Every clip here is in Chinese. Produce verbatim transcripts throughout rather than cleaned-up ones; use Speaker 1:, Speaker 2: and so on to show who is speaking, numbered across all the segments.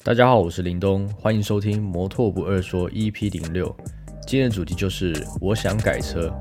Speaker 1: 大家好，我是林东，欢迎收听摩托不二说 E P 零六。今天的主题就是我想改车。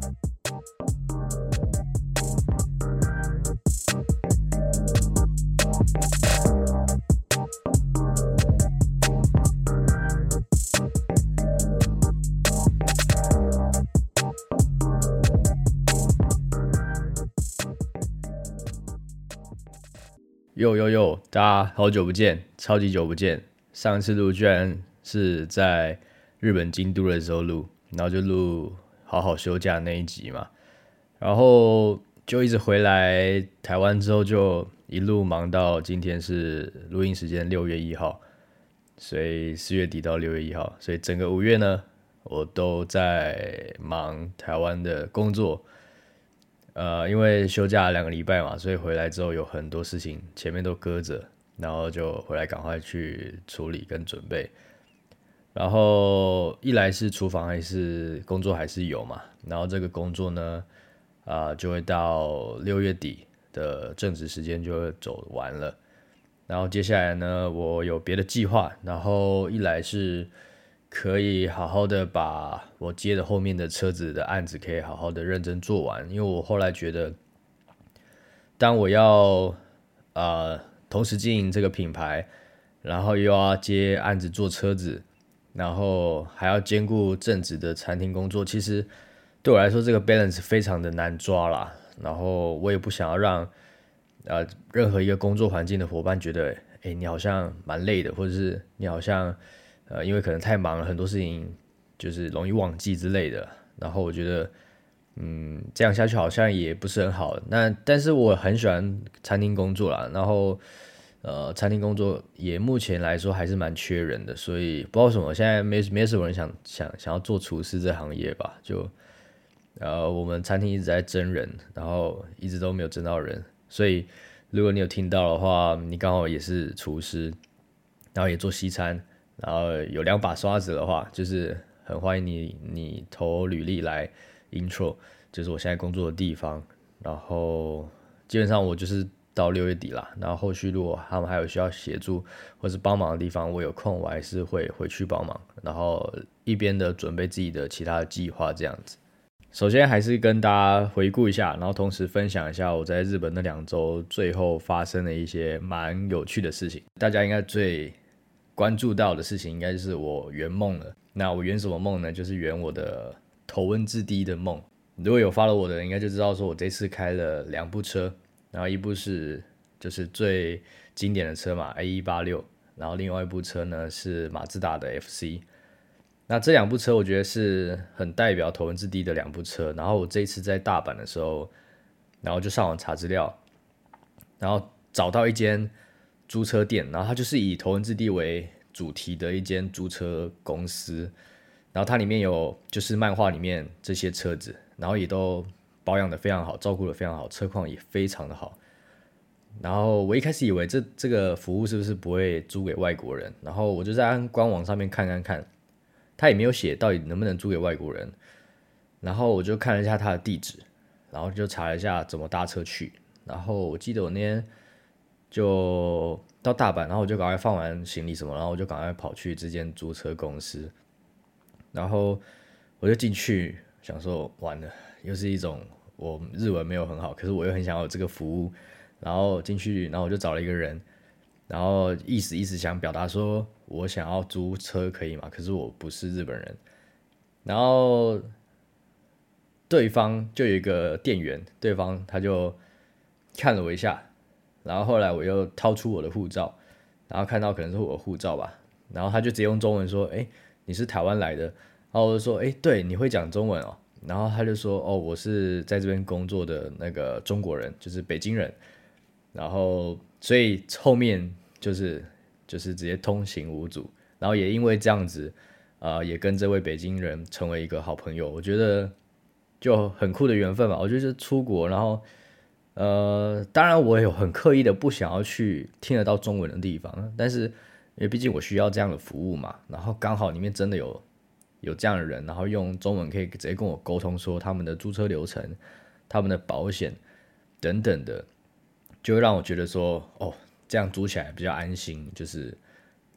Speaker 1: 呦呦呦，大家好久不见，超级久不见。上一次录居然是在日本京都的时候录，然后就录好好休假那一集嘛，然后就一直回来台湾之后，就一路忙到今天是录音时间六月一号，所以四月底到六月一号，所以整个五月呢，我都在忙台湾的工作。呃，因为休假两个礼拜嘛，所以回来之后有很多事情前面都搁着，然后就回来赶快去处理跟准备。然后一来是厨房还是工作还是有嘛，然后这个工作呢，啊、呃就会到六月底的正职时间就会走完了。然后接下来呢，我有别的计划，然后一来是可以好好的把我接的后面的车子的案子可以好好的认真做完，因为我后来觉得，当我要呃同时经营这个品牌，然后又要接案子做车子，然后还要兼顾正职的餐厅工作，其实对我来说这个 balance 非常的难抓啦。然后我也不想要让呃任何一个工作环境的伙伴觉得，哎，你好像蛮累的，或者是你好像呃因为可能太忙了，很多事情就是容易忘记之类的。然后我觉得，嗯，这样下去好像也不是很好。那但是我很喜欢餐厅工作啦，然后呃，餐厅工作也目前来说还是蛮缺人的，所以不知道为什么现在没没什么人想想想要做厨师这行业吧？就呃，我们餐厅一直在征人，然后一直都没有征到人，所以如果你有听到的话，你刚好也是厨师，然后也做西餐，然后有两把刷子的话，就是很欢迎你你投履历来 intro，就是我现在工作的地方。然后基本上我就是到六月底啦，然后后续如果他们还有需要协助或是帮忙的地方，我有空我还是会回去帮忙，然后一边的准备自己的其他的计划这样子。首先还是跟大家回顾一下，然后同时分享一下我在日本那两周最后发生的一些蛮有趣的事情。大家应该最关注到的事情，应该就是我圆梦了。那我圆什么梦呢？就是圆我的头文字 D 的梦。如果有 follow 我的人，应该就知道说我这次开了两部车，然后一部是就是最经典的车嘛 A 一八六，然后另外一部车呢是马自达的 F C。那这两部车我觉得是很代表头文字 D 的两部车。然后我这一次在大阪的时候，然后就上网查资料，然后找到一间租车店，然后它就是以头文字 D 为主题的一间租车公司。然后它里面有就是漫画里面这些车子，然后也都保养的非常好，照顾的非常好，车况也非常的好。然后我一开始以为这这个服务是不是不会租给外国人，然后我就在官网上面看看看，他也没有写到底能不能租给外国人。然后我就看了一下他的地址，然后就查了一下怎么搭车去。然后我记得我那天就到大阪，然后我就赶快放完行李什么，然后我就赶快跑去这间租车公司。然后我就进去，想说完了，又是一种我日文没有很好，可是我又很想要有这个服务。然后进去，然后我就找了一个人，然后意思意思想表达说我想要租车可以吗？可是我不是日本人。然后对方就有一个店员，对方他就看了我一下，然后后来我又掏出我的护照，然后看到可能是我的护照吧，然后他就直接用中文说：“哎，你是台湾来的？”然后我就说：“哎，对，你会讲中文哦。”然后他就说：“哦，我是在这边工作的那个中国人，就是北京人。”然后所以后面就是就是直接通行无阻，然后也因为这样子，呃，也跟这位北京人成为一个好朋友。我觉得就很酷的缘分吧。我就是出国，然后呃，当然我有很刻意的不想要去听得到中文的地方，但是因为毕竟我需要这样的服务嘛，然后刚好里面真的有有这样的人，然后用中文可以直接跟我沟通说他们的租车流程、他们的保险等等的，就会让我觉得说，哦，这样租起来比较安心，就是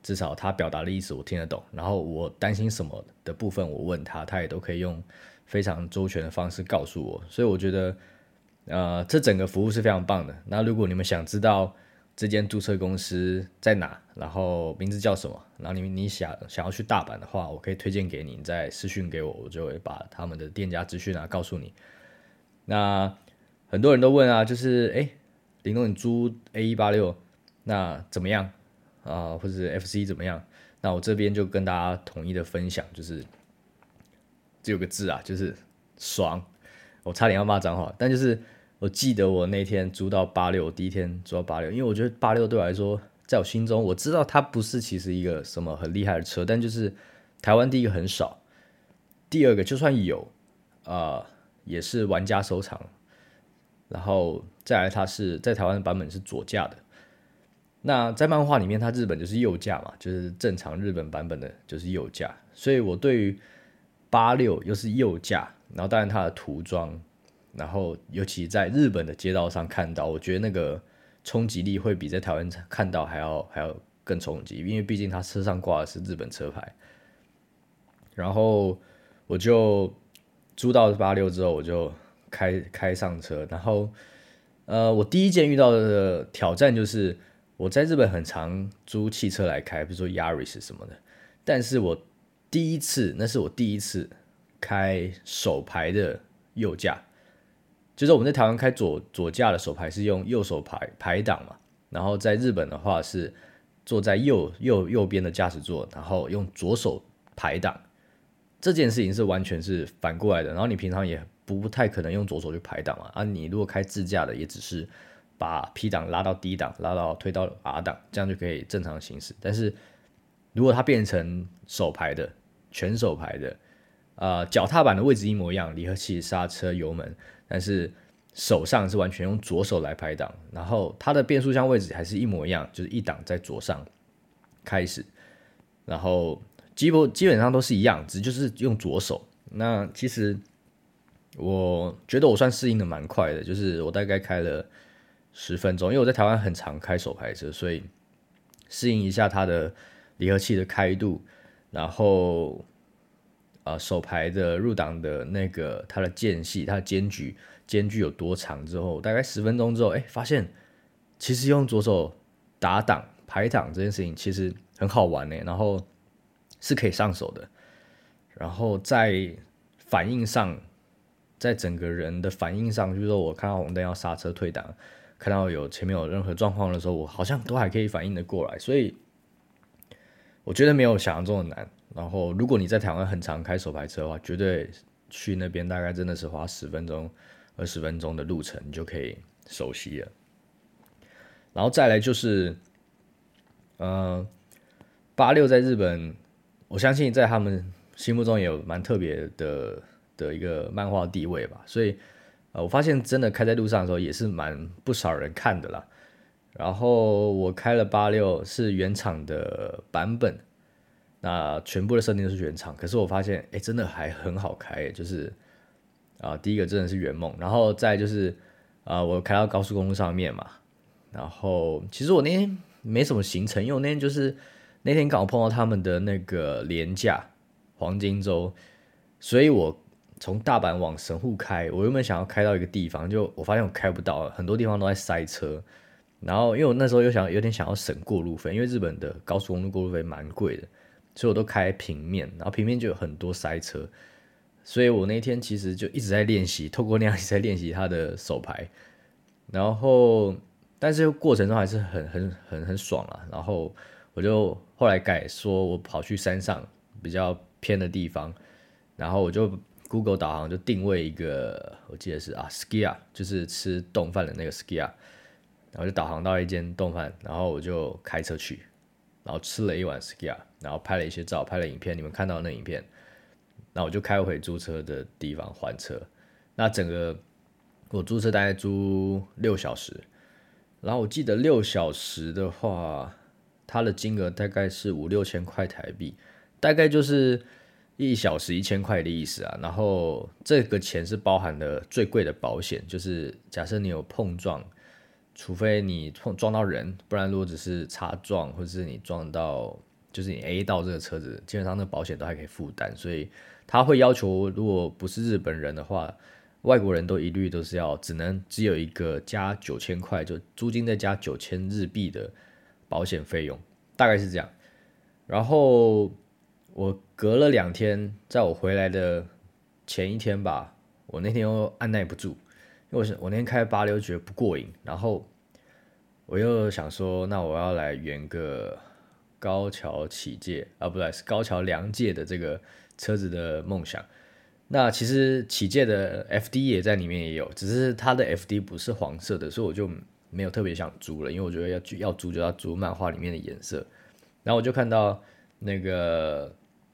Speaker 1: 至少他表达的意思我听得懂，然后我担心什么的部分我问他，他也都可以用非常周全的方式告诉我，所以我觉得呃这整个服务是非常棒的。那如果你们想知道这间租车公司在哪，然后名字叫什么，然后你你想想要去大阪的话，我可以推荐给你，你再私讯给我，我就会把他们的店家资讯啊告诉你。那很多人都问啊，就是哎，林东你租 A 一八六那怎么样啊、呃？或者是 F C 怎么样？那我这边就跟大家统一的分享，就是只有个字啊，就是爽。我差点要骂脏话，但就是我记得我那天租到八六，第一天租到八六，因为我觉得八六对我来说，在我心中我知道它不是其实一个什么很厉害的车，但就是台湾第一个很少，第二个就算有，呃，也是玩家收藏，然后再来它是在台湾的版本是左驾的。那在漫画里面，它日本就是右驾嘛，就是正常日本版本的就是右驾，所以我对于八六又是右驾，然后当然它的涂装，然后尤其在日本的街道上看到，我觉得那个冲击力会比在台湾看到还要还要更冲击，因为毕竟它车上挂的是日本车牌。然后我就租到八六之后，我就开开上车，然后呃，我第一件遇到的挑战就是。我在日本很常租汽车来开，比如说 Yaris 什么的，但是我第一次，那是我第一次开手排的右驾，就是我们在台湾开左左驾的手排是用右手排排档嘛，然后在日本的话是坐在右右右边的驾驶座，然后用左手排档，这件事情是完全是反过来的，然后你平常也不太可能用左手去排档嘛，啊，你如果开自驾的也只是。把 P 档拉到 D 档，拉到推到 R 档，这样就可以正常行驶。但是如果它变成手排的、全手排的，呃，脚踏板的位置一模一样，离合器、刹车、油门，但是手上是完全用左手来排档，然后它的变速箱位置还是一模一样，就是一档在左上开始，然后基本基本上都是一样，只就是用左手。那其实我觉得我算适应的蛮快的，就是我大概开了。十分钟，因为我在台湾很常开手排车，所以适应一下它的离合器的开度，然后呃手排的入档的那个它的间隙、它的间距间距有多长之后，大概十分钟之后，哎，发现其实用左手打档排档这件事情其实很好玩呢，然后是可以上手的，然后在反应上，在整个人的反应上，就是说我看到红灯要刹车退档。看到有前面有任何状况的时候，我好像都还可以反应得过来，所以我觉得没有想象中的难。然后，如果你在台湾很常开手排车的话，绝对去那边大概真的是花十分钟、二十分钟的路程，你就可以熟悉了。然后再来就是，呃，八六在日本，我相信在他们心目中也有蛮特别的的一个漫画地位吧，所以。呃，我发现真的开在路上的时候也是蛮不少人看的啦。然后我开了八六是原厂的版本，那全部的设定都是原厂。可是我发现，哎，真的还很好开，就是啊、呃，第一个真的是圆梦，然后再就是啊、呃，我开到高速公路上面嘛。然后其实我那天没什么行程，因为我那天就是那天刚好碰到他们的那个连假黄金周，所以我。从大阪往神户开，我原本想要开到一个地方，就我发现我开不到，很多地方都在塞车。然后因为我那时候又想有点想要省过路费，因为日本的高速公路过路费蛮贵的，所以我都开平面，然后平面就有很多塞车，所以我那天其实就一直在练习，透过那样一直在练习它的手排，然后但是过程中还是很很很很爽啊。然后我就后来改说，我跑去山上比较偏的地方，然后我就。Google 导航就定位一个，我记得是啊 Skia， 就是吃冻饭的那个 Skia， 然后就导航到一间冻饭，然后我就开车去，然后吃了一碗 Skia， 然后拍了一些照，拍了影片，你们看到那影片，然后我就开回租车的地方还车。那整个我租车大概租六小时，然后我记得六小时的话，它的金额大概是五六千块台币，大概就是。一小时一千块的意思啊，然后这个钱是包含了最贵的保险，就是假设你有碰撞，除非你碰撞到人，不然如果只是擦撞或者是你撞到就是你 A 到这个车子，基本上那个保险都还可以负担，所以他会要求，如果不是日本人的话，外国人都一律都是要只能只有一个加九千块，就租金再加九千日币的保险费用，大概是这样。然后我隔了两天，在我回来的前一天吧，我那天又按耐不住，因为我我那天开八六觉得不过瘾，然后我又想说，那我要来圆个高桥启介啊，不对，是高桥良介的这个车子的梦想。那其实启介的 F D 也在里面也有，只是它的 F D 不是黄色的，所以我就没有特别想租了，因为我觉得要要租就要租漫画里面的颜色。然后我就看到那个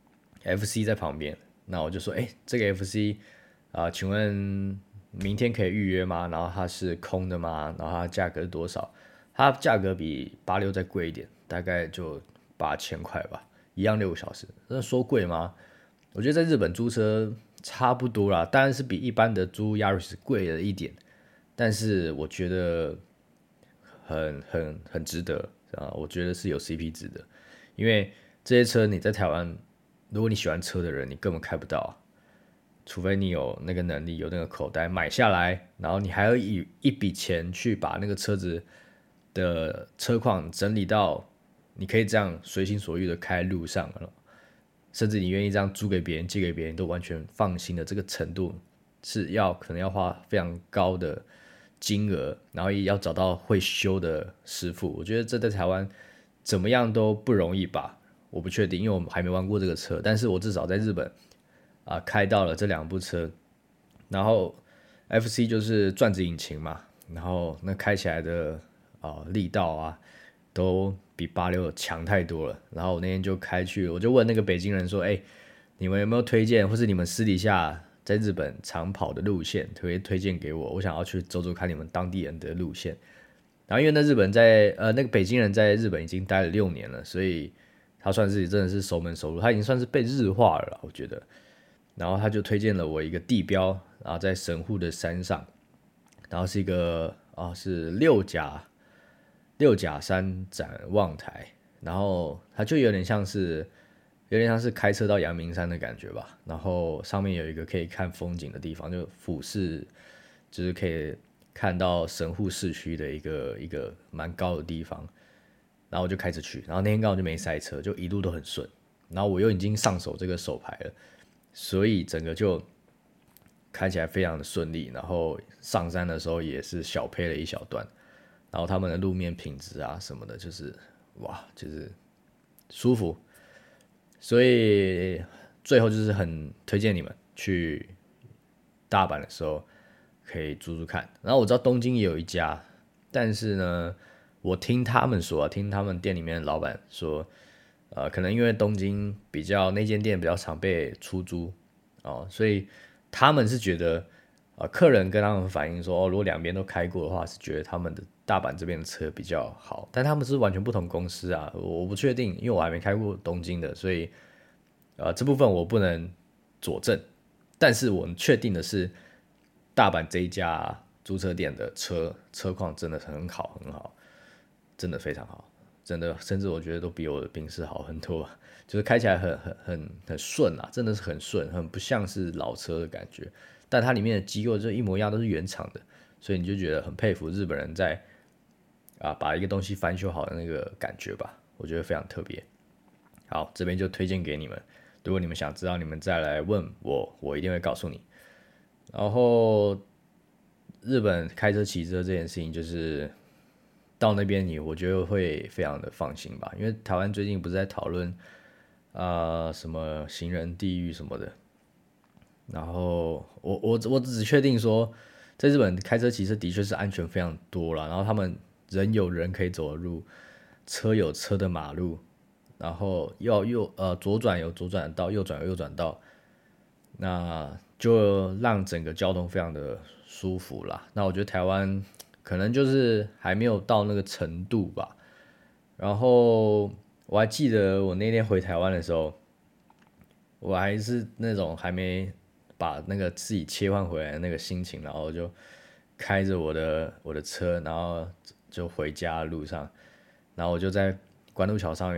Speaker 1: F C 在旁边，那我就说，哎、欸，这个 F C 啊、呃，请问明天可以预约吗？然后它是空的吗？然后它价格是多少？它价格比八六再贵一点，大概就八千块吧，一样六个小时。那说贵吗？我觉得在日本租车差不多啦，当然是比一般的租 Yaris 贵了一点，但是我觉得很很很值得啊，我觉得是有 C P 值的，因为这些车你在台湾，如果你喜欢车的人，你根本开不到，除非你有那个能力，有那个口袋买下来，然后你还要以一笔钱去把那个车子的车况整理到你可以这样随心所欲的开路上了。甚至你愿意这样租给别人、借给别人，都完全放心的这个程度，是要可能要花非常高的金额，然后也要找到会修的师傅。我觉得这在台湾怎么样都不容易吧，我不确定，因为我还没玩过这个车，但是我至少在日本啊、呃、开到了这两部车，然后 F C 就是转子引擎嘛，然后那开起来的啊、呃、力道啊。都比八六强太多了。然后我那天就开去，我就问那个北京人说：“哎、欸，你们有没有推荐，或是你们私底下在日本常跑的路线，推推荐给我？我想要去走走看你们当地人的路线。”然后因为那日本在呃那个北京人在日本已经待了六年了，所以他算是真的是熟门熟路，他已经算是被日化了啦，我觉得。然后他就推荐了我一个地标，然后在神户的山上，然后是一个啊是六甲。六甲山展望台，然后它就有点像是有点像是开车到阳明山的感觉吧。然后上面有一个可以看风景的地方，就俯视，就是可以看到神户市区的一个一个蛮高的地方。然后我就开车去，然后那天刚好就没塞车，就一路都很顺。然后我又已经上手这个手牌了，所以整个就开起来非常的顺利。然后上山的时候也是小配了一小段。然后他们的路面品质啊什么的，就是哇，就是舒服，所以最后就是很推荐你们去大阪的时候可以租租看。然后我知道东京也有一家，但是呢，我听他们说、啊，听他们店里面的老板说，呃，可能因为东京比较那间店比较常被出租哦，所以他们是觉得。呃，客人跟他们反映说，哦，如果两边都开过的话，是觉得他们的大阪这边的车比较好，但他们是完全不同公司啊，我不确定，因为我还没开过东京的，所以呃这部分我不能佐证，但是我确定的是，大阪这一家租车店的车车况真的很好很好，真的非常好，真的甚至我觉得都比我的宾士好很多，就是开起来很很很很顺啊，真的是很顺，很不像是老车的感觉。但它里面的机构就一模一样，都是原厂的，所以你就觉得很佩服日本人在啊把一个东西翻修好的那个感觉吧，我觉得非常特别。好，这边就推荐给你们，如果你们想知道，你们再来问我，我一定会告诉你。然后日本开车骑车这件事情，就是到那边你我觉得会非常的放心吧，因为台湾最近不是在讨论啊什么行人地狱什么的。然后我我我只确定说，在日本开车骑车的确是安全非常多啦，然后他们人有人可以走的路，车有车的马路，然后要右呃左转有左转的道，右转有右转道，那就让整个交通非常的舒服啦。那我觉得台湾可能就是还没有到那个程度吧。然后我还记得我那天回台湾的时候，我还是那种还没把那个自己切换回来的那个心情，然后就开着我的我的车，然后就回家的路上，然后我就在关渡桥上面，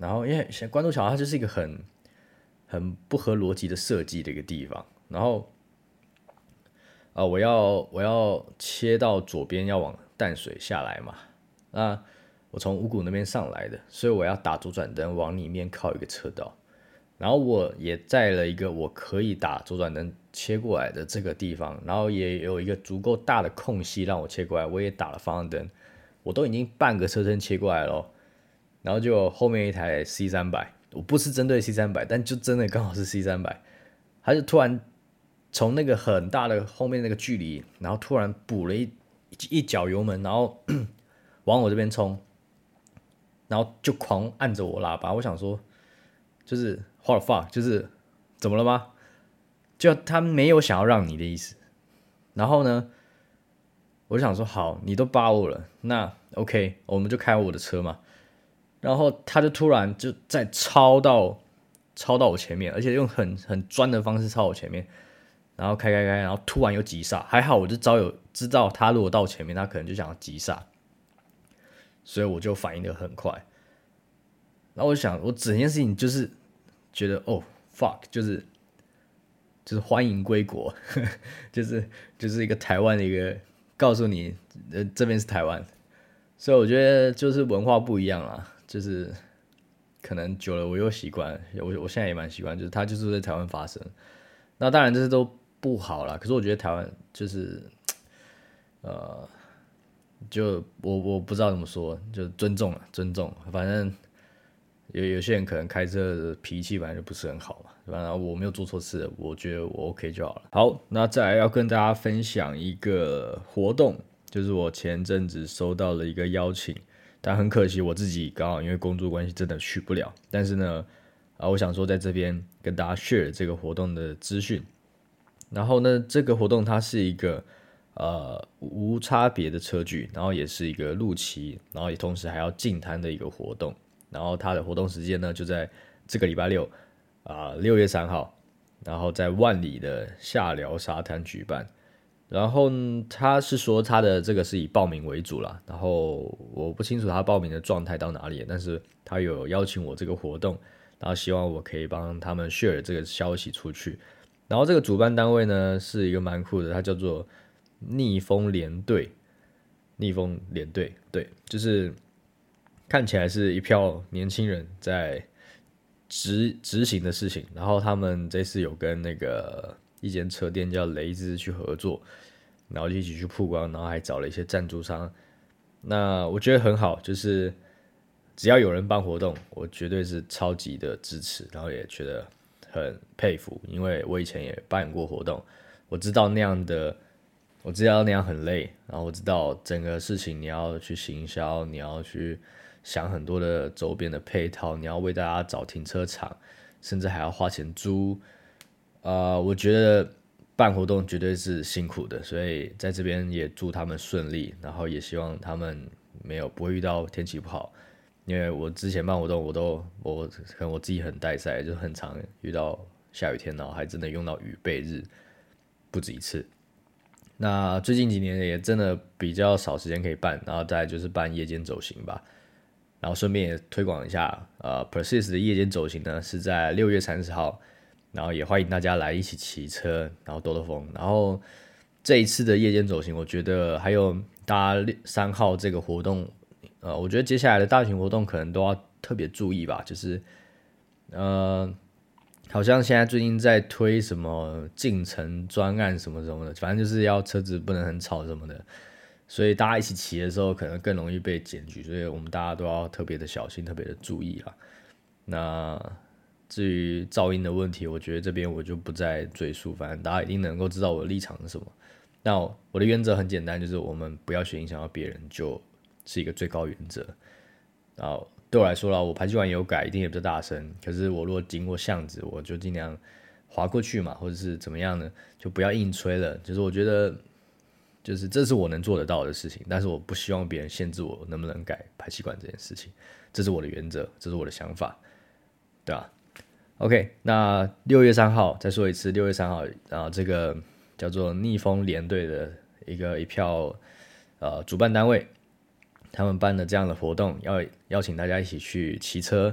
Speaker 1: 然后因为关渡桥它就是一个很很不合逻辑的设计的一个地方，然后啊、呃，我要我要切到左边要往淡水下来嘛，那我从五股那边上来的，所以我要打左转灯往里面靠一个车道，然后我也在了一个我可以打左转灯切过来的这个地方，然后也有一个足够大的空隙让我切过来，我也打了方向灯，我都已经半个车身切过来了，然后就后面一台 C 三百，我不是针对 C 三百，但就真的刚好是 C 三百，他就突然从那个很大的后面那个距离，然后突然补了一一脚油门，然后往我这边冲，然后就狂按着我喇叭，我想说就是 what the fuck， 就是怎么了吗？就他没有想要让你的意思。然后呢，我就想说好，你都扒我了，那 OK， 我们就开我的车嘛。然后他就突然就再超到超到我前面，而且用很很专的方式超我前面，然后开开开，然后突然又急刹，还好我就早有知道他如果到前面，他可能就想要急刹，所以我就反应的很快。然后我想，我整件事情就是觉得哦 fuck， 就是就是欢迎归国，就是就是一个台湾的一个告诉你，呃，这边是台湾，所以我觉得就是文化不一样啦，就是可能久了我又习惯，我我现在也蛮习惯，就是它就是在台湾发生。那当然这些都不好啦，可是我觉得台湾就是呃，就我我不知道怎么说，就尊重了，尊重，反正。有有些人可能开车的脾气本来就不是很好嘛，反正我没有做错事，我觉得我 OK 就好了。好，那再来要跟大家分享一个活动，就是我前阵子收到了一个邀请，但很可惜我自己刚好因为工作关系真的去不了。但是呢，啊，我想说在这边跟大家 share 这个活动的资讯。然后呢，这个活动它是一个呃无差别的车距，然后也是一个路骑，然后也同时还要进摊的一个活动。然后它的活动时间呢，就在这个礼拜六啊，六、月三号，然后在万里的下寮沙滩举办。然后他是说他的这个是以报名为主啦，然后我不清楚他报名的状态到哪里，但是他有邀请我这个活动，然后希望我可以帮他们 share 这个消息出去。然后这个主办单位呢是一个蛮酷的，它叫做逆风连队，逆风连队，对，就是。看起来是一票年轻人在执执行的事情，然后他们这次有跟那个一间车店叫雷兹去合作，然后就一起去曝光，然后还找了一些赞助商。那我觉得很好，就是只要有人办活动，我绝对是超级的支持，然后也觉得很佩服，因为我以前也办过活动，我知道那样的，我知道那样很累，然后我知道整个事情你要去行销，你要去。想很多的周边的配套，你要为大家找停车场，甚至还要花钱租。呃，我觉得办活动绝对是辛苦的，所以在这边也祝他们顺利，然后也希望他们没有不会遇到天气不好，因为我之前办活动，我都我可能我自己很带赛，就很常遇到下雨天，然后还真的用到雨备日不止一次。那最近几年也真的比较少时间可以办，然后再来就是办夜间走行吧。然后顺便也推广一下，呃 ，Persist 的夜间走行呢是在六月三十号，然后也欢迎大家来一起骑车，然后兜兜风。然后这一次的夜间走行，我觉得还有大家三号这个活动，呃，我觉得接下来的大型活动可能都要特别注意吧，就是呃，好像现在最近在推什么进城专案什么什么的，反正就是要车子不能很吵什么的。所以大家一起骑的时候，可能更容易被检举，所以我们大家都要特别的小心，特别的注意啦。那至于噪音的问题，我觉得这边我就不再赘述，反正大家一定能够知道我的立场是什么。那我的原则很简单，就是我们不要去影响到别人，就是一个最高原则。然后对我来说啦，我排气管有改，一定也比较大声。可是我如果经过巷子，我就尽量滑过去嘛，或者是怎么样呢？就不要硬吹了。就是我觉得。就是这是我能做得到的事情，但是我不希望别人限制我能不能改排气管这件事情，这是我的原则，这是我的想法，对吧 ？OK， 那六月三号再说一次，六月三号啊，这个叫做逆风连队的一个一票呃主办单位，他们办的这样的活动，要邀请大家一起去骑车，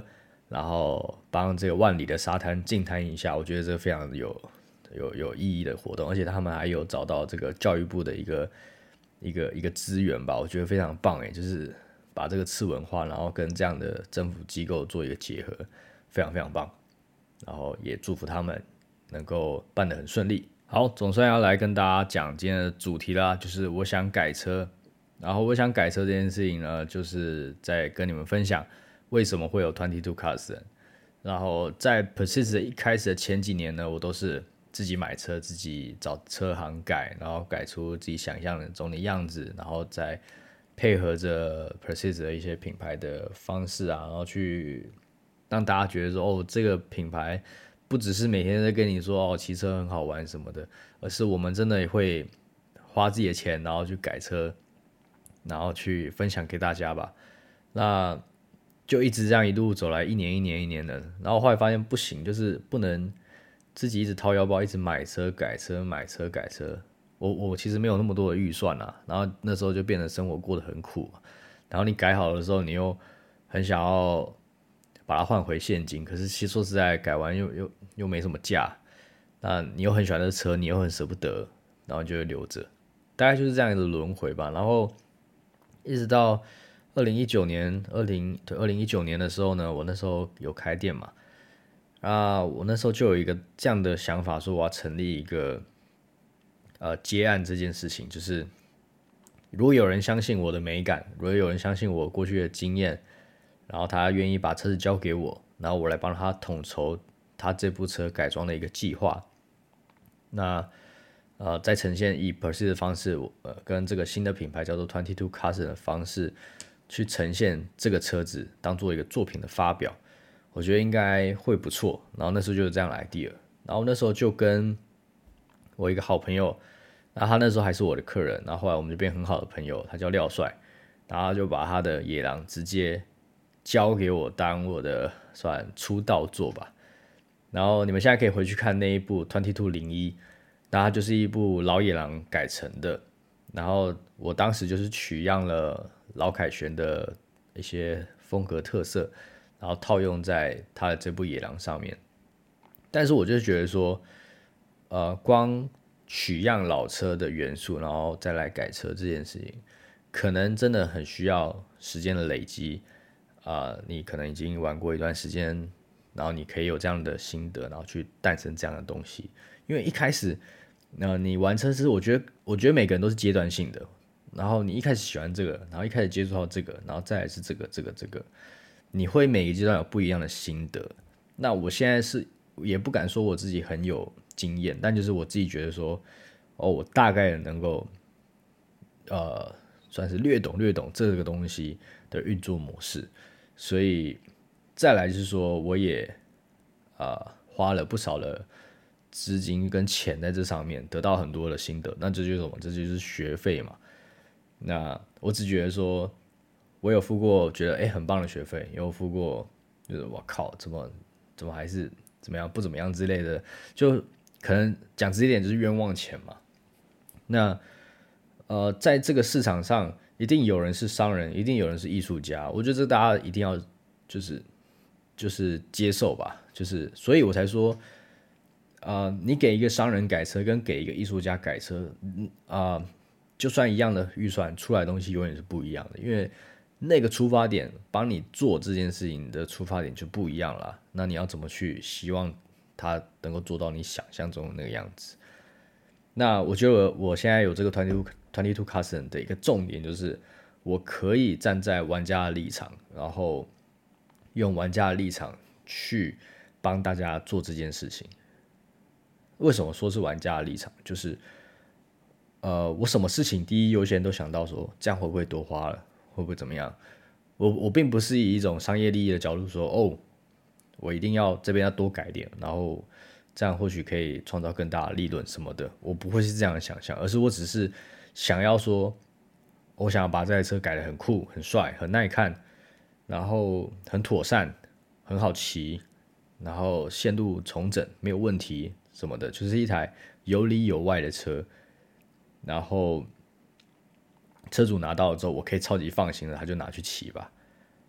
Speaker 1: 然后帮这个万里的沙滩净滩一下，我觉得这个非常有有有意义的活动，而且他们还有找到这个教育部的一个一个一个资源吧，我觉得非常棒诶，就是把这个次文化，然后跟这样的政府机构做一个结合，非常非常棒。然后也祝福他们能够办得很顺利。好，总算要来跟大家讲今天的主题啦，就是我想改车。然后我想改车这件事情呢，就是在跟你们分享为什么会有二十二 Cars。然后在 Persist 一开始的前几年呢，我都是自己买车，自己找车行改，然后改出自己想象中的样子，然后再配合着 Persist 的一些品牌的方式啊，然后去让大家觉得说，哦，这个品牌不只是每天在跟你说哦骑车很好玩什么的，而是我们真的也会花自己的钱，然后去改车，然后去分享给大家吧。那就一直这样一路走来，一年一年一年的，然后后来发现不行，就是不能自己一直掏腰包，一直买车改车买车改车。我我其实没有那么多的预算啦，然后那时候就变得生活过得很苦，然后你改好的时候，你又很想要把它换回现金，可是其实说实在，改完又又又没什么价，那你又很喜欢这车，你又很舍不得，然后就会留着，大概就是这样的轮回吧。然后一直到二零一九年，二零对二零一九年的时候呢，我那时候有开店嘛，啊，我那时候就有一个这样的想法，说我要成立一个呃接案这件事情，就是如果有人相信我的美感，如果有人相信我过去的经验，然后他愿意把车子交给我，然后我来帮他统筹他这部车改装的一个计划，那呃再呈现以 Persist 的方式，呃跟这个新的品牌叫做二十二 Cars 的方式去呈现这个车子，当做一个作品的发表，我觉得应该会不错。然后那时候就是这样的 idea，然后那时候就跟我一个好朋友，然后他那时候还是我的客人，然后后来我们就变很好的朋友，他叫廖帅，然后就把他的野狼直接交给我当我的算出道作吧。然后你们现在可以回去看那一部二十二零一，那它就是一部老野狼改成的。然后我当时就是取样了老凯旋的一些风格特色，然后套用在他的这部野狼上面。但是我就觉得说，呃，光取样老车的元素，然后再来改车这件事情，可能真的很需要时间的累积。啊、呃，你可能已经玩过一段时间，然后你可以有这样的心得，然后去诞生这样的东西。因为一开始，那、呃、你玩车是，我觉得，我觉得每个人都是阶段性的。然后你一开始喜欢这个，然后一开始接触到这个，然后再来是这个、这个、这个，你会每个阶段有不一样的心得。那我现在是也不敢说我自己很有经验，但就是我自己觉得说，哦，我大概能够，呃，算是略懂略懂这个东西的运作模式。所以再来就是说，我也啊、呃、花了不少的资金跟钱在这上面，得到很多的心得。那这就是什么？这就是学费嘛。那我只觉得说，我有付过觉得哎、欸、很棒的学费，也有付过就是我靠怎么怎么还是怎么样不怎么样之类的，就可能讲直接点就是冤枉钱嘛。那呃，在这个市场上，一定有人是商人，一定有人是艺术家。我觉得这大家一定要就是就是接受吧，就是所以我才说，呃，你给一个商人改车跟给一个艺术家改车，嗯啊、呃，就算一样的预算，出来的东西永远是不一样的，因为那个出发点帮你做这件事情的出发点就不一样了。那你要怎么去希望他能够做到你想象中的那个样子？那我觉得我现在有这个二十二 Cars 的一个重点就是，我可以站在玩家的立场，然后用玩家的立场去帮大家做这件事情。为什么说是玩家的立场？就是呃，我什么事情第一优先都想到说，这样会不会多花了，会不会怎么样？我我并不是以一种商业利益的角度说，哦，我一定要这边要多改点，然后这样或许可以创造更大的利润什么的，我不会是这样的想象，而是我只是想要说，我想要把这台车改得很酷、很帅、很耐看，然后很妥善、很好骑，然后线路重整没有问题什么的，就是一台有里有外的车。然后车主拿到了之后，我可以超级放心的，他就拿去骑吧。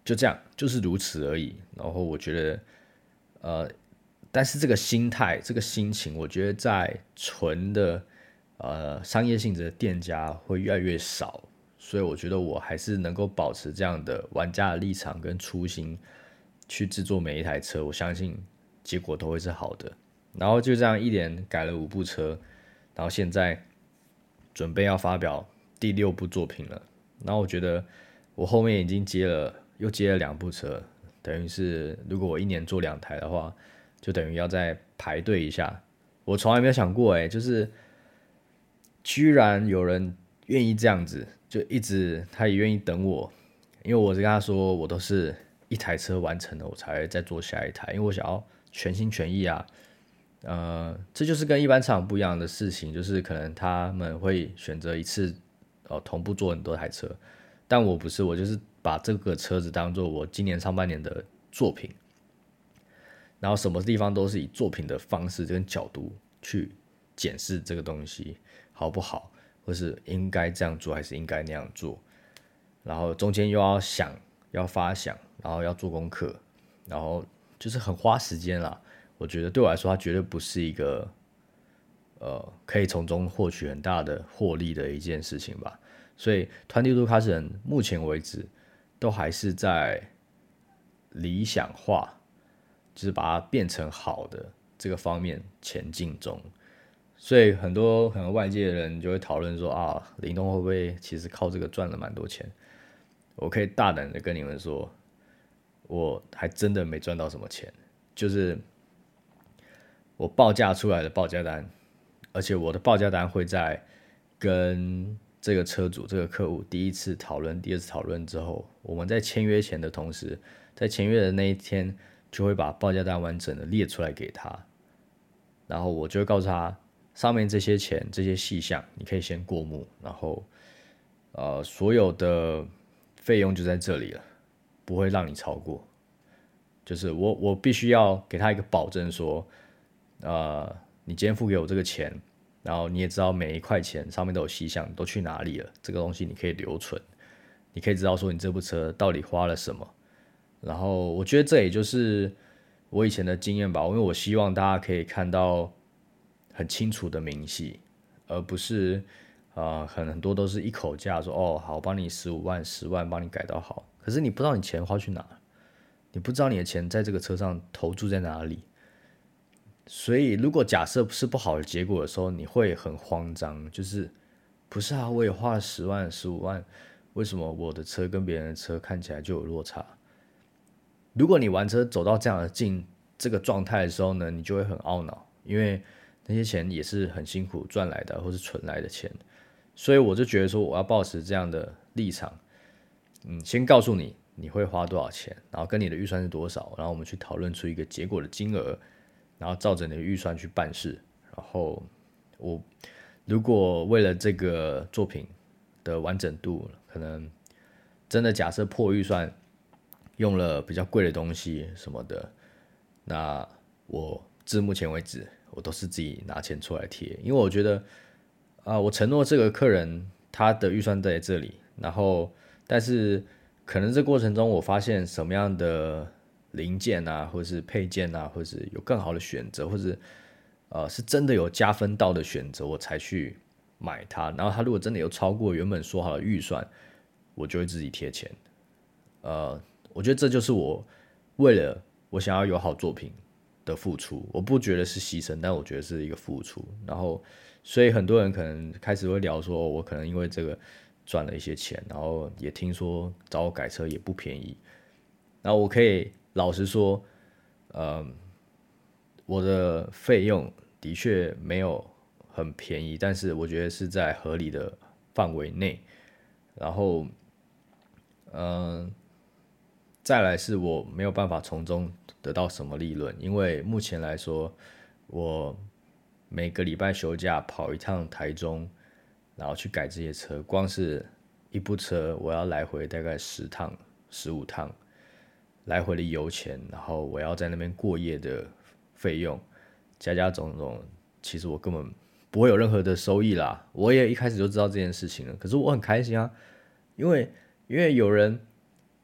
Speaker 1: 就这样，就是如此而已。然后我觉得，呃，但是这个心态、这个心情，我觉得在纯的呃商业性质的店家会越来越少。所以我觉得我还是能够保持这样的玩家的立场跟初心去制作每一台车，我相信结果都会是好的。然后就这样一连改了五部车，然后现在准备要发表第六部作品了。然后我觉得我后面已经接了又接了两部车，等于是如果我一年做两台的话，就等于要再排队一下。我从来没有想过、欸，哎，就是居然有人愿意这样子，就一直他也愿意等我，因为我是跟他说，我都是一台车完成了，我才会再做下一台，因为我想要全心全意啊。呃，这就是跟一般厂不一样的事情，就是可能他们会选择一次哦同步做很多台车，但我不是，我就是把这个车子当做我今年上半年的作品，然后什么地方都是以作品的方式跟角度去检视这个东西好不好，或是应该这样做还是应该那样做，然后中间又要想，要发想，然后要做功课，然后就是很花时间啦。我觉得对我来说，它绝对不是一个呃可以从中获取很大的获利的一件事情吧。所以团体度卡人目前为止都还是在理想化，就是把它变成好的这个方面前进中。所以很多可能外界的人就会讨论说啊，林东会不会其实靠这个赚了蛮多钱？我可以大胆的跟你们说，我还真的没赚到什么钱，就是我报价出来的报价单，而且我的报价单会在跟这个车主、这个客户第一次讨论、第二次讨论之后，我们在签约前的同时，在签约的那一天就会把报价单完整的列出来给他，然后我就会告诉他，上面这些钱、这些细项，你可以先过目，然后呃，所有的费用就在这里了，不会让你超过。就是我我必须要给他一个保证说，呃，你今天付给我这个钱，然后你也知道每一块钱上面都有细项，都去哪里了，这个东西你可以留存，你可以知道说你这部车到底花了什么。然后我觉得这也就是我以前的经验吧，因为我希望大家可以看到很清楚的明细，而不是呃很很多都是一口价说哦好，我帮你十五万、十万帮你改到好，可是你不知道你钱花去哪，你不知道你的钱在这个车上投注在哪里。所以，如果假设是不好的结果的时候，你会很慌张，就是不是啊？我也花了十万、十五万，为什么我的车跟别人的车看起来就有落差？如果你玩车走到这样的境这个状态的时候呢，你就会很懊恼，因为那些钱也是很辛苦赚来的，或是存来的钱。所以我就觉得说，我要保持这样的立场，嗯，先告诉你你会花多少钱，然后跟你的预算是多少，然后我们去讨论出一个结果的金额，然后照着你的预算去办事。然后我如果为了这个作品的完整度，可能真的假设破预算，用了比较贵的东西什么的，那我至目前为止，我都是自己拿钱出来贴，因为我觉得啊、呃我承诺这个客人他的预算在这里，然后但是可能这过程中我发现什么样的零件啊，或是配件啊，或是有更好的选择，或是呃是真的有加分到的选择，我才去买它。然后他如果真的有超过原本说好的预算，我就会自己贴钱。呃，我觉得这就是我为了我想要有好作品的付出，我不觉得是牺牲，但我觉得是一个付出。然后，所以很多人可能开始会聊说，哦我可能因为这个赚了一些钱，然后也听说找我改车也不便宜。然后我可以老实说，呃，我的费用的确没有很便宜，但是我觉得是在合理的范围内。然后，嗯、呃再来是我没有办法从中得到什么利润，因为目前来说，我每个礼拜休假跑一趟台中，然后去改这些车，光是一部车我要来回大概十趟、十五趟，来回的油钱，然后我要在那边过夜的费用，加加种种，其实我根本不会有任何的收益啦。我也一开始就知道这件事情了，可是我很开心啊，因为因为有人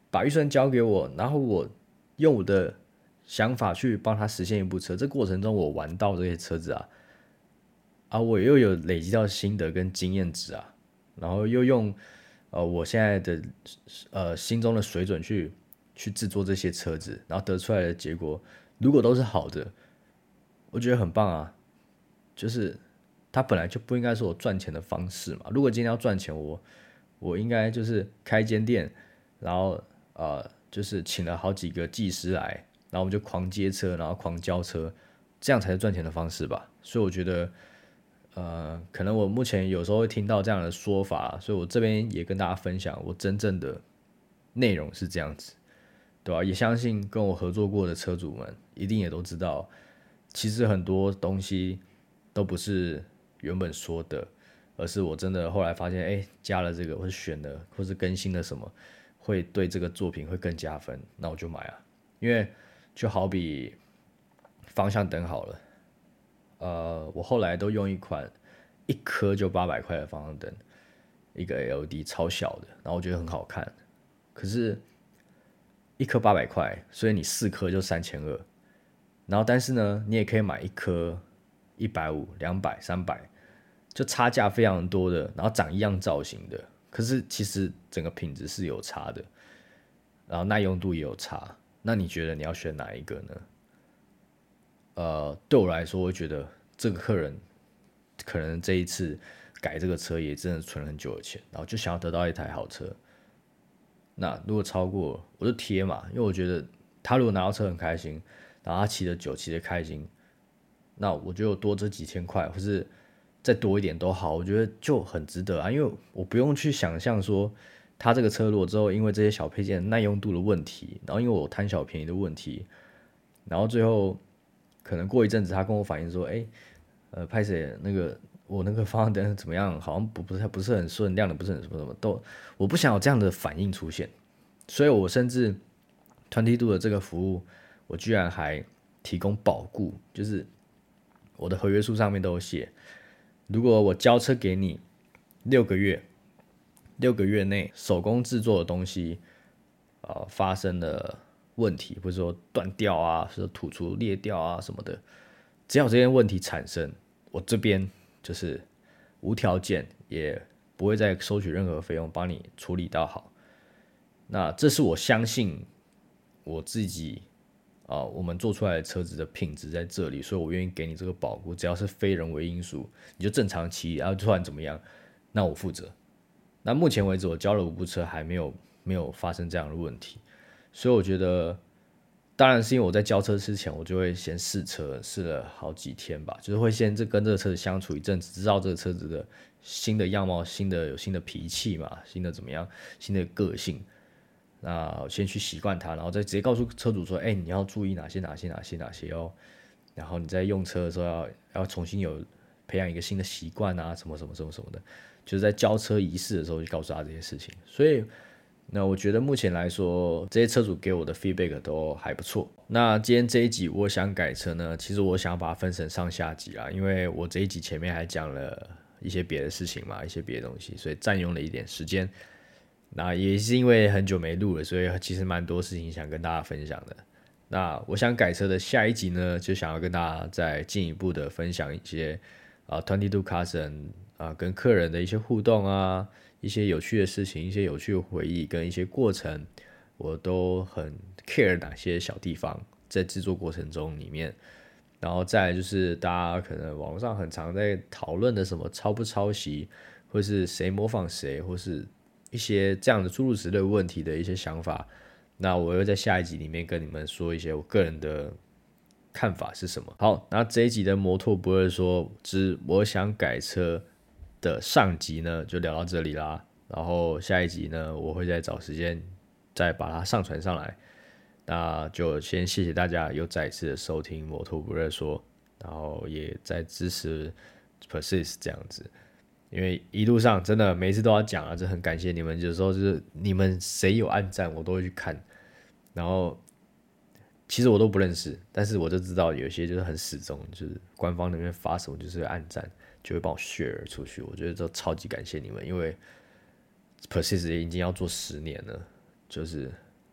Speaker 1: 把预算交给我，然后我用我的想法去帮他实现一部车。这过程中我玩到这些车子啊，啊，我又有累积到心得跟经验值啊，然后又用呃我现在的呃心中的水准去去制作这些车子，然后得出来的结果，如果都是好的，我觉得很棒啊。就是它本来就不应该是我赚钱的方式嘛。如果今天要赚钱，我我应该就是开一间店，然后呃就是请了好几个技师来，然后我们就狂接车，然后狂交车，这样才是赚钱的方式吧。所以我觉得。呃，可能我目前有时候会听到这样的说法，所以我这边也跟大家分享我真正的内容是这样子，对吧、啊？也相信跟我合作过的车主们一定也都知道，其实很多东西都不是原本说的，而是我真的后来发现，哎，加了这个，或是选了，或是更新了什么，会对这个作品会更加分，那我就买啊。因为就好比方向灯好了。呃，我后来都用一款一颗就八百块的方向灯，一个 L E D 超小的，然后我觉得很好看。可是，一颗八百块，所以你四颗就三千二。然后，但是呢，你也可以买一颗一百五、两百、三百，就差价非常多的，然后长一样造型的。可是其实整个品质是有差的，然后耐用度也有差。那你觉得你要选哪一个呢？呃，对我来说，我觉得这个客人可能这一次改这个车也真的存了很久的钱，然后就想要得到一台好车。那如果超过，我就贴嘛，因为我觉得他如果拿到车很开心，然后他骑得久，骑得开心，那我就多这几千块，或是再多一点都好，我觉得就很值得啊，因为我不用去想象说他这个车如果之后因为这些小配件耐用度的问题，然后因为我贪小便宜的问题，然后最后。可能过一阵子，他跟我反映说：“哎、欸，呃，拍谁那个我那个方向灯怎么样？好像不不是不是很顺，亮的不是很什么什么都，我不想有这样的反应出现。所以我甚至团体度的这个服务，我居然还提供保固，就是我的合约书上面都有写，如果我交车给你六个月，六个月内手工制作的东西，呃，发生了。”问题，或者说断掉啊，说土出裂掉啊什么的，只要这些问题产生，我这边就是无条件，也不会再收取任何费用，帮你处理到好。那这是我相信我自己啊、呃，我们做出来的车子的品质在这里，所以我愿意给你这个保护。只要是非人为因素，你就正常骑，然后突然怎么样，那我负责。那目前为止，我交了五部车，还没有没有发生这样的问题。所以我觉得，当然是因为我在交车之前，我就会先试车，试了好几天吧，就是会先这跟这个车子相处一阵子，知道这个车子的新的样貌、新的有新的脾气嘛，新的怎么样、新的个性。那先去习惯它，然后再直接告诉车主说：“哎、欸，你要注意哪些、哪些、哪些、哪些哦。”然后你在用车的时候要要重新有培养一个新的习惯啊，什么什么什么什么的，就是在交车仪式的时候就告诉他这些事情，所以。那我觉得目前来说，这些车主给我的 feedback 都还不错。那今天这一集我想改车呢，其实我想把它分成上下集啦，因为我这一集前面还讲了一些别的事情嘛，一些别的东西，所以占用了一点时间。那也是因为很久没录了，所以其实蛮多事情想跟大家分享的。那我想改车的下一集呢，就想要跟大家再进一步的分享一些啊，twenty two Carson 啊跟客人的一些互动啊。一些有趣的事情，一些有趣的回忆跟一些过程，我都很 care 哪些小地方在制作过程中里面，然后再来就是大家可能网络上很常在讨论的什么抄不抄袭，或是谁模仿谁，或是一些这样的诸如此类问题的一些想法，那我会在下一集里面跟你们说一些我个人的看法是什么。好，那这一集的摩托不会说之我想改车。的上集呢就聊到这里啦，然后下一集呢我会再找时间再把它上传上来，那就先谢谢大家又再一次的收听摩托不热说，然后也在支持 Persist 这样子，因为一路上真的每一次都要讲啊，就很感谢你们，有时候就是你们谁有按赞我都会去看，然后其实我都不认识，但是我就知道有些就是很始终，就是官方那边发什么就是会按赞。就会帮我 share 出去，我觉得这超级感谢你们，因为 Persist 已经要做十年了，就是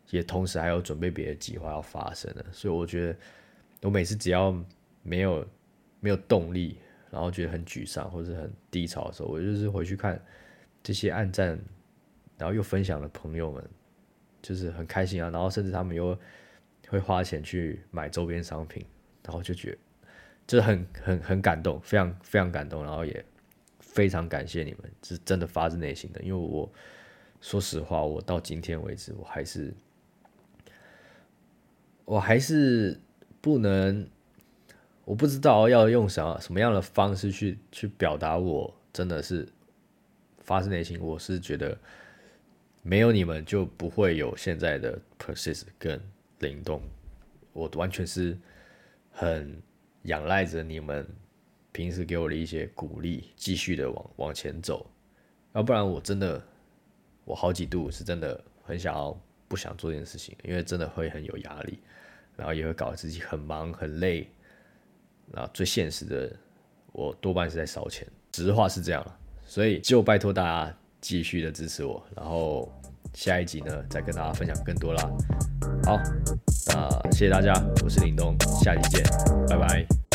Speaker 1: 也同时还有准备别的计划要发生的，所以我觉得我每次只要没有没有动力，然后觉得很沮丧或者很低潮的时候，我就是回去看这些按赞，然后又分享的朋友们，就是很开心啊，然后甚至他们又会花钱去买周边商品，然后就觉得就是很很很感动，非常非常感动，然后也非常感谢你们，是真的发自内心的，因为我说实话，我到今天为止，我还是我还是不能，我不知道要用什么什么样的方式去去表达我真的是发自内心，我是觉得没有你们就不会有现在的 persist 跟灵动，我完全是很仰赖着你们平时给我的一些鼓励，继续的往往前走，要不然我真的我好几度是真的很想要不想做这件事情，因为真的会很有压力，然后也会搞得自己很忙很累，然后最现实的我多半是在烧钱，实话是这样，所以就拜托大家继续的支持我，然后下一集呢再跟大家分享更多啦。好，那谢谢大家，我是林东，下集见，拜拜。